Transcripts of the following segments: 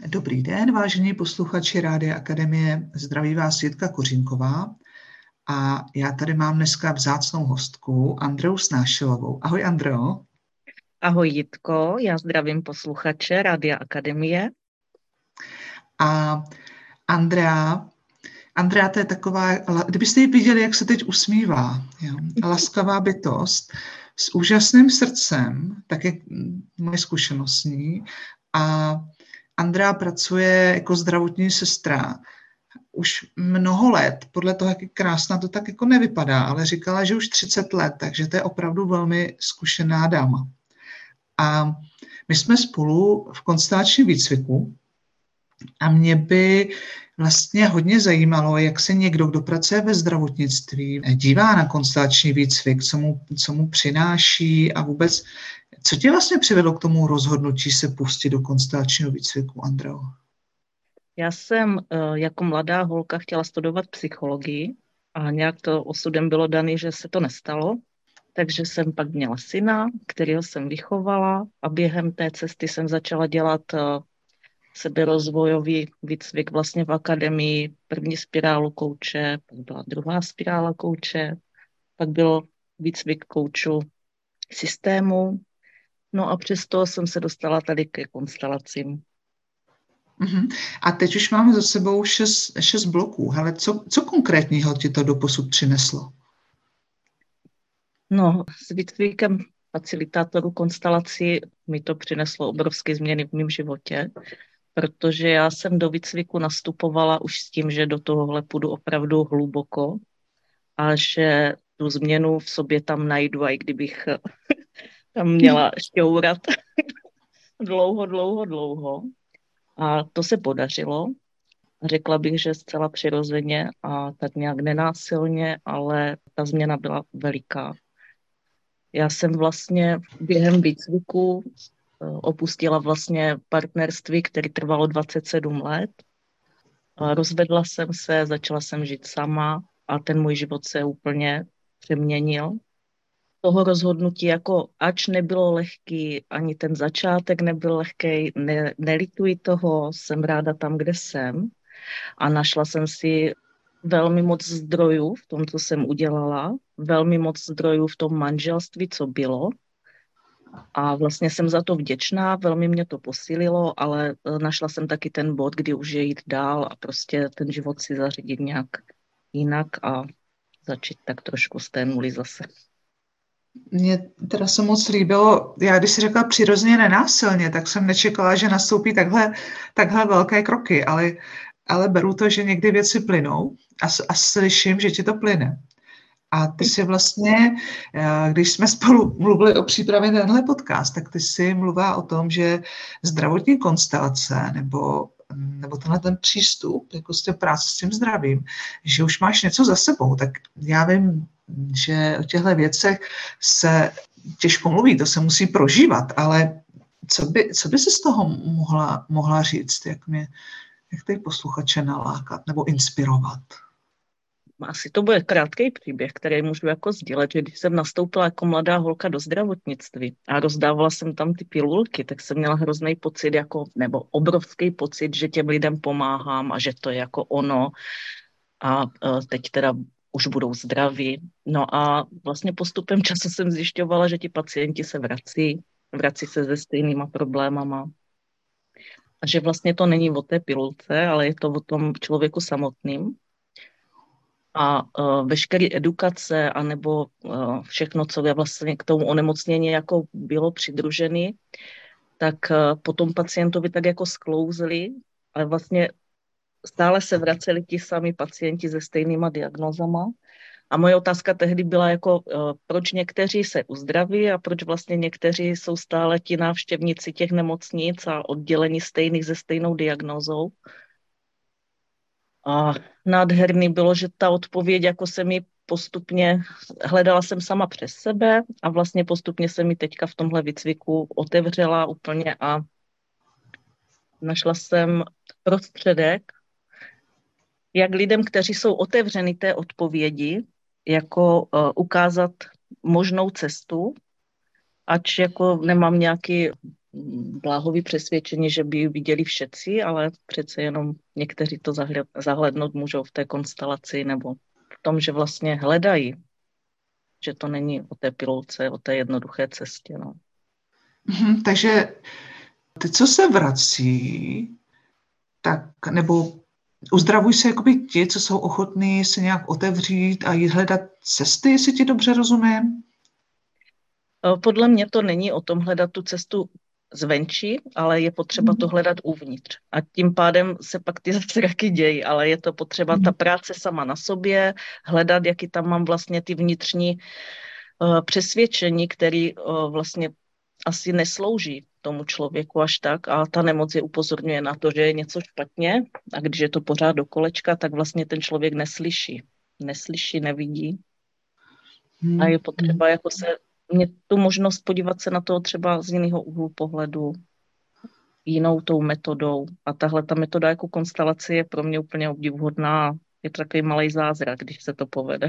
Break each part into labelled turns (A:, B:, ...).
A: Dobrý den, vážení posluchači Rádia Akademie, zdraví vás Jitka Kořínková a já tady mám dneska vzácnou hostku Andreu Snášilovou. Ahoj Andreo.
B: Ahoj Jitko, já zdravím posluchače Rádia Akademie.
A: A Andrea to je taková, kdybyste ji viděli, jak se teď usmívá, jo? Laskavá bytost s úžasným srdcem, tak je moje zkušenostní. A Andrea pracuje jako zdravotní sestra už mnoho let. Podle toho, jak je krásná, to tak jako nevypadá, ale říkala, že už 30 let, takže to je opravdu velmi zkušená dáma. A my jsme spolu v konstelačním výcviku a mě by vlastně hodně zajímalo, jak se někdo, kdo pracuje ve zdravotnictví, dívá na konstelační výcvik, co mu přináší a vůbec, co tě vlastně přivedlo k tomu rozhodnutí se pustit do konstelačního výcviku, Andreo?
B: Já jsem jako mladá holka chtěla studovat psychologii a nějak to osudem bylo dané, že se to nestalo. Takže jsem pak měla syna, kterého jsem vychovala a během té cesty jsem začala dělat seberozvojový výcvik vlastně v akademii, první spirálu kouče, pak byla druhá spirála kouče, pak bylo výcvik koučů systému. No a přesto jsem se dostala tady ke konstelacím.
A: A teď už máme za sebou 6 bloků. Hele, co konkrétního ti to doposud přineslo?
B: No, s výcvikem facilitátorů konstelací mi to přineslo obrovské změny v mém životě, protože já jsem do výcviku nastupovala už s tím, že do tohohle půjdu opravdu hluboko a že tu změnu v sobě tam najdu, i kdybych tam měla šťourat dlouho. A to se podařilo. Řekla bych, že zcela přirozeně a tak nějak nenásilně, ale ta změna byla veliká. Já jsem vlastně během výcviku opustila vlastně partnerství, které trvalo 27 let. Rozvedla jsem se, začala jsem žít sama a ten můj život se úplně přeměnil. Toho rozhodnutí, jako ač nebylo lehký, ani ten začátek nebyl lehký, nelituji toho, jsem ráda tam, kde jsem. A našla jsem si velmi moc zdrojů v tom, co jsem udělala, velmi moc zdrojů v tom manželství, co bylo. A vlastně jsem za to vděčná, velmi mě to posílilo, ale našla jsem taky ten bod, kdy už je jít dál a prostě ten život si zařídit nějak jinak a začít tak trošku z té nuly zase.
A: Mně teda se moc líbilo, já když jsi řekla přirozeně nenásilně, tak jsem nečekala, že nastoupí takhle velké kroky, ale beru to, že někdy věci plynou a slyším, že ti to plyne. A ty si vlastně, když jsme spolu mluvili o přípravě na tenhle podcast, tak ty si mluvila o tom, že zdravotní konstelace nebo tenhle ten přístup, jako s tím práce s tím zdravím, že už máš něco za sebou, tak já vím, že o těchto věcech se těžko mluví, to se musí prožívat, ale co by si z toho mohla říct, jak ty posluchače nalákat nebo inspirovat?
B: Asi to bude krátký příběh, který můžu jako sdělit, že když jsem nastoupila jako mladá holka do zdravotnictví a rozdávala jsem tam ty pilulky, tak jsem měla hrozný pocit, nebo obrovský pocit, že těm lidem pomáhám a že to je jako ono a teď teda už budou zdraví. No a vlastně postupem času jsem zjišťovala, že ti pacienti se vrací se se stejnýma problémama. A že vlastně to není o té pilulce, ale je to o tom člověku samotným. A veškeré edukace, anebo všechno, co je vlastně k tomu onemocnění jako bylo přidružené, tak potom pacientovi tak jako sklouzli, ale vlastně stále se vraceli ti sami pacienti se stejnýma diagnózama. A moje otázka tehdy byla jako, proč někteří se uzdraví a proč vlastně někteří jsou stále ti návštěvníci těch nemocnic a oddělení stejných se stejnou diagnózou. A nádherný bylo, že ta odpověď jako se mi postupně, hledala jsem sama přes sebe a vlastně postupně se mi teďka v tomhle výcviku otevřela úplně a našla jsem prostředek, jak lidem, kteří jsou otevřeni té odpovědi, jako ukázat možnou cestu, ač jako nemám nějaký Bláhovi přesvědčení, že by ji viděli všetci, ale přece jenom někteří to zahlednout můžou v té konstelaci nebo v tom, že vlastně hledají, že to není o té pilulce, o té jednoduché cestě. No.
A: Takže ty, co se vrací, tak nebo uzdravují se jakoby ti, co jsou ochotní se nějak otevřít a jít hledat cesty, jestli ti dobře rozumím?
B: Podle mě to není o tom hledat tu cestu zvenčí, ale je potřeba to hledat uvnitř. A tím pádem se pak ty zázraky dějí, ale je to potřeba ta práce sama na sobě, hledat, jaký tam mám vlastně ty vnitřní přesvědčení, který vlastně asi neslouží tomu člověku až tak a ta nemoc je upozorňuje na to, že je něco špatně a když je to pořád do kolečka, tak vlastně ten člověk neslyší, nevidí a je potřeba jako mít tu možnost podívat se na to třeba z jiného úhlu pohledu, jinou tou metodou a tahle ta metoda jako konstelace je pro mě úplně obdivuhodná, je to takový malý zázrak, když se to povede.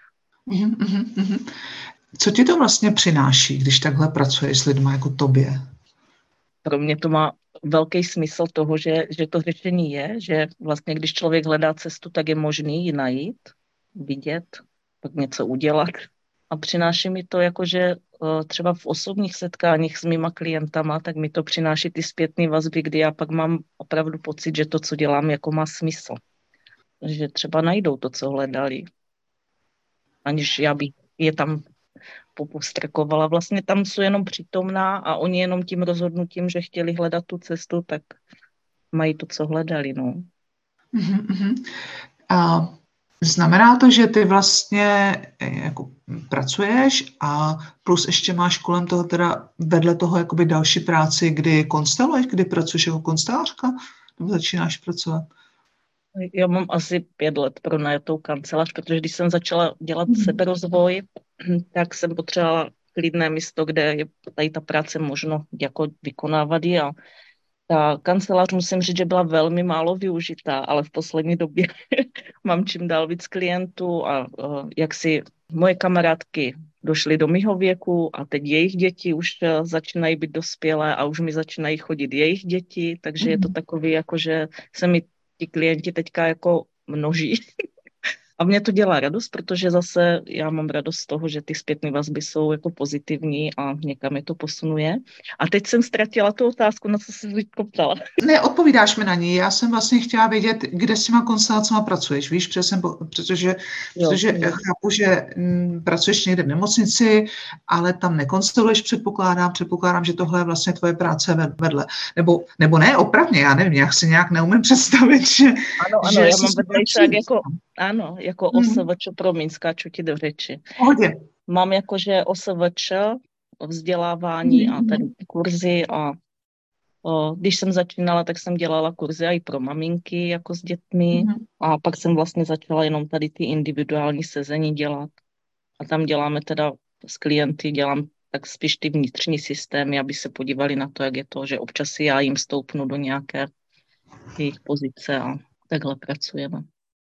A: Co ti to vlastně přináší, když takhle pracuješ s lidmi jako tobě?
B: Pro mě to má velký smysl toho, že to řešení je, že vlastně když člověk hledá cestu, tak je možný ji najít, vidět, pak něco udělat. A přináší mi to jakože třeba v osobních setkáních s mýma klientama, tak mi to přináší ty zpětné vazby, kdy já pak mám opravdu pocit, že to, co dělám, jako má smysl. Že třeba najdou to, co hledali. Aniž já bych je tam popostrkovala. Vlastně tam jsou jenom přítomná a oni jenom tím rozhodnutím, že chtěli hledat tu cestu, tak mají to, co hledali. No.
A: A znamená to, že ty vlastně jako pracuješ a plus ještě máš kolem toho teda vedle toho jakoby další práci, kdy konsteluješ, kdy pracuješ jako konstelářka, nebo začínáš pracovat?
B: Já mám asi 5 let pronajatou kancelář, protože když jsem začala dělat seberozvoj, tak jsem potřebovala klidné místo, kde je tady ta práce možno jako vykonávat a ta kancelář musím říct, že byla velmi málo využitá, ale v poslední době mám čím dál víc klientů a jak si moje kamarádky došly do mýho věku a teď jejich děti už začínají být dospělé a už mi začínají chodit jejich děti, takže je to takový, jako že se mi ti klienti teďka jako množí. A mě to dělá radost, protože zase já mám radost z toho, že ty zpětné vazby jsou jako pozitivní a někam je to posunuje. A teď jsem ztratila tu otázku, na co jsi teď ptala.
A: Ne, odpovídáš mi na ní. Já jsem vlastně chtěla vědět, kde s těma konstelacema pracuješ, víš, protože chápu, že pracuješ někde v nemocnici, ale tam nekonsteluješ, předpokládám, že tohle je vlastně tvoje práce vedle. Nebo ne, opravně, já nevím, nějak neumím představit, že...
B: Ano, já mám vedlejšák jako OSVČ, promiň, skáču ti do řeči.
A: Pohodě.
B: Mám jakože OSVČ, vzdělávání a tady kurzy a když jsem začínala, tak jsem dělala kurzy i pro maminky jako s dětmi a pak jsem vlastně začala jenom tady ty individuální sezení dělat a tam děláme teda s klienty, dělám tak spíš ty vnitřní systémy, aby se podívali na to, jak je to, že občas si já jim stoupnu do nějaké jejich pozice a takhle pracujeme.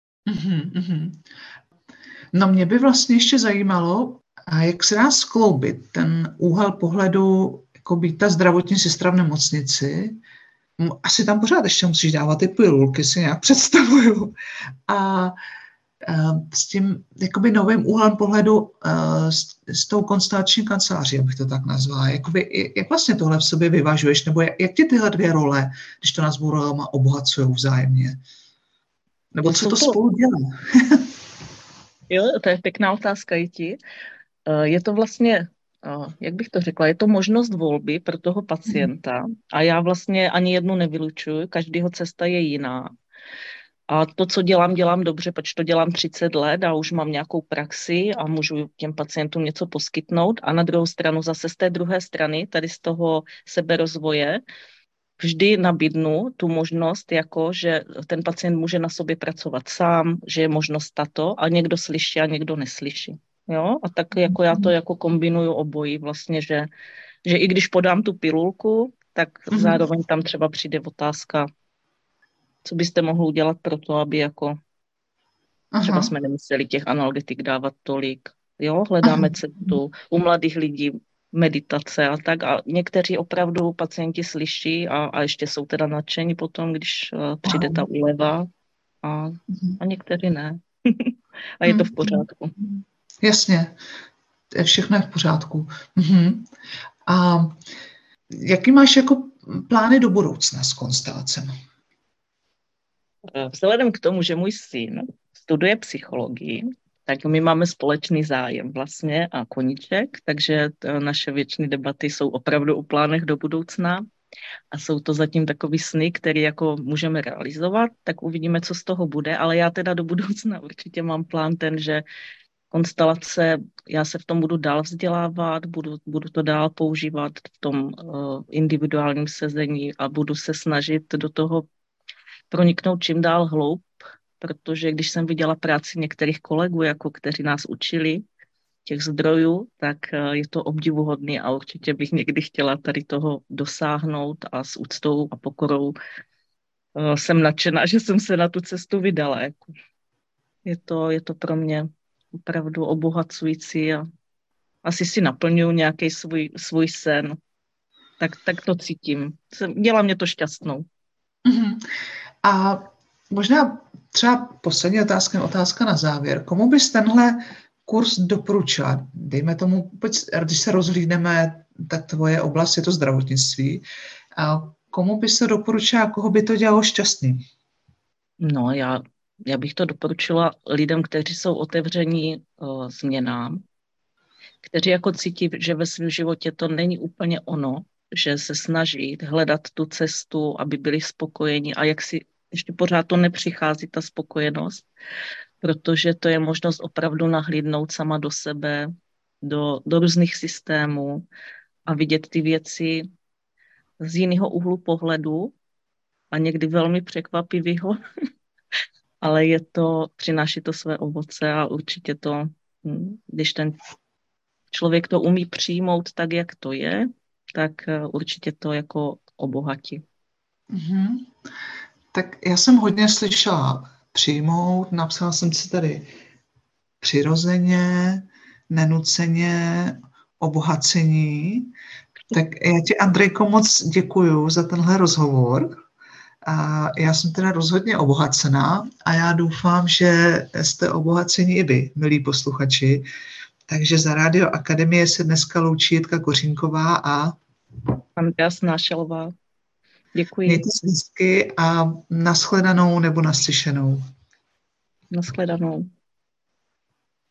A: No mě by vlastně ještě zajímalo, a jak se dá skloubit ten úhel pohledu, jako být ta zdravotní sestra v nemocnici. Asi tam pořád ještě musíš dávat ty pilulky, si nějak představuju. A s tím jakoby novým úhlem pohledu s tou konstelační kanceláří, abych to tak nazvala. Jakoby, jak vlastně tohle v sobě vyvažuješ, nebo jak ti tyhle dvě role, když to nazvu rolema, obohacují vzájemně? Nebo co to spolu dělá?
B: Jo, to je pěkná otázka i ti. Je to vlastně, jak bych to řekla, je to možnost volby pro toho pacienta a já vlastně ani jednu nevylučuju, každého cesta je jiná. A to, co dělám dobře, protože to dělám 30 let a už mám nějakou praxi a můžu těm pacientům něco poskytnout. A na druhou stranu, zase z té druhé strany, tady z toho seberozvoje, vždy nabídnu tu možnost, jako, že ten pacient může na sobě pracovat sám, že je možnost tato a někdo slyší a někdo neslyší. Jo? A tak jako já to jako kombinuju obojí vlastně, že i když podám tu pilulku, tak zároveň tam třeba přijde otázka, co byste mohli udělat pro to, aby jako třeba jsme nemuseli těch analgetik dávat tolik. Jo? Hledáme cestu u mladých lidí, meditace a tak. A někteří opravdu pacienti slyší a ještě jsou teda nadšení potom, když přijde ta úleva a někteří ne. A je to v pořádku.
A: Jasně, všechno je v pořádku. A jaký máš jako plány do budoucna s konstelacemi?
B: Vzhledem k tomu, že můj syn studuje psychologii, tak my máme společný zájem vlastně a koníček, takže naše věčné debaty jsou opravdu o plánech do budoucna a jsou to zatím takový sny, které jako můžeme realizovat, tak uvidíme, co z toho bude, ale já teda do budoucna určitě mám plán ten, že konstelace, já se v tom budu dál vzdělávat, budu to dál používat v tom individuálním sezení a budu se snažit do toho proniknout čím dál hloub, protože když jsem viděla práci některých kolegů, jako kteří nás učili těch zdrojů, tak je to obdivuhodný a určitě bych někdy chtěla tady toho dosáhnout a s úctou a pokorou jsem nadšená, že jsem se na tu cestu vydala. Je to pro mě opravdu obohacující a asi si naplňuji nějaký svůj sen. Tak to cítím. Dělá mě to šťastnou.
A: A možná třeba poslední otázka na závěr. Komu bys tenhle kurz doporučila? Dejme tomu, když se rozhlídneme, tak tvoje oblast je to zdravotnictví. A komu bys to doporučila, koho by to dělalo šťastným?
B: No, já bych to doporučila lidem, kteří jsou otevření změnám, kteří jako cítí, že ve svém životě to není úplně ono, že se snaží hledat tu cestu, aby byli spokojeni a jak si ještě pořád to nepřichází, ta spokojenost, protože to je možnost opravdu nahlídnout sama do sebe, do různých systémů a vidět ty věci z jiného úhlu pohledu a někdy velmi překvapivého, ale přináší to své ovoce a určitě to, když ten člověk to umí přijmout tak, jak to je, tak určitě to jako obohatí.
A: Tak já jsem hodně slyšela přijmout, napsala jsem si tady přirozeně, nenuceně, obohacení. Tak já ti, Andrejko, moc děkuju za tenhle rozhovor. A já jsem teda rozhodně obohacená a já doufám, že jste obohaceni i vy, milí posluchači. Takže za Rádio Akademie se dneska loučí Jitka Kořínková a
B: Andrea Snášelová. Děkuji.
A: Mějte se hezky a nashledanou nebo naslyšenou.
B: Nashledanou.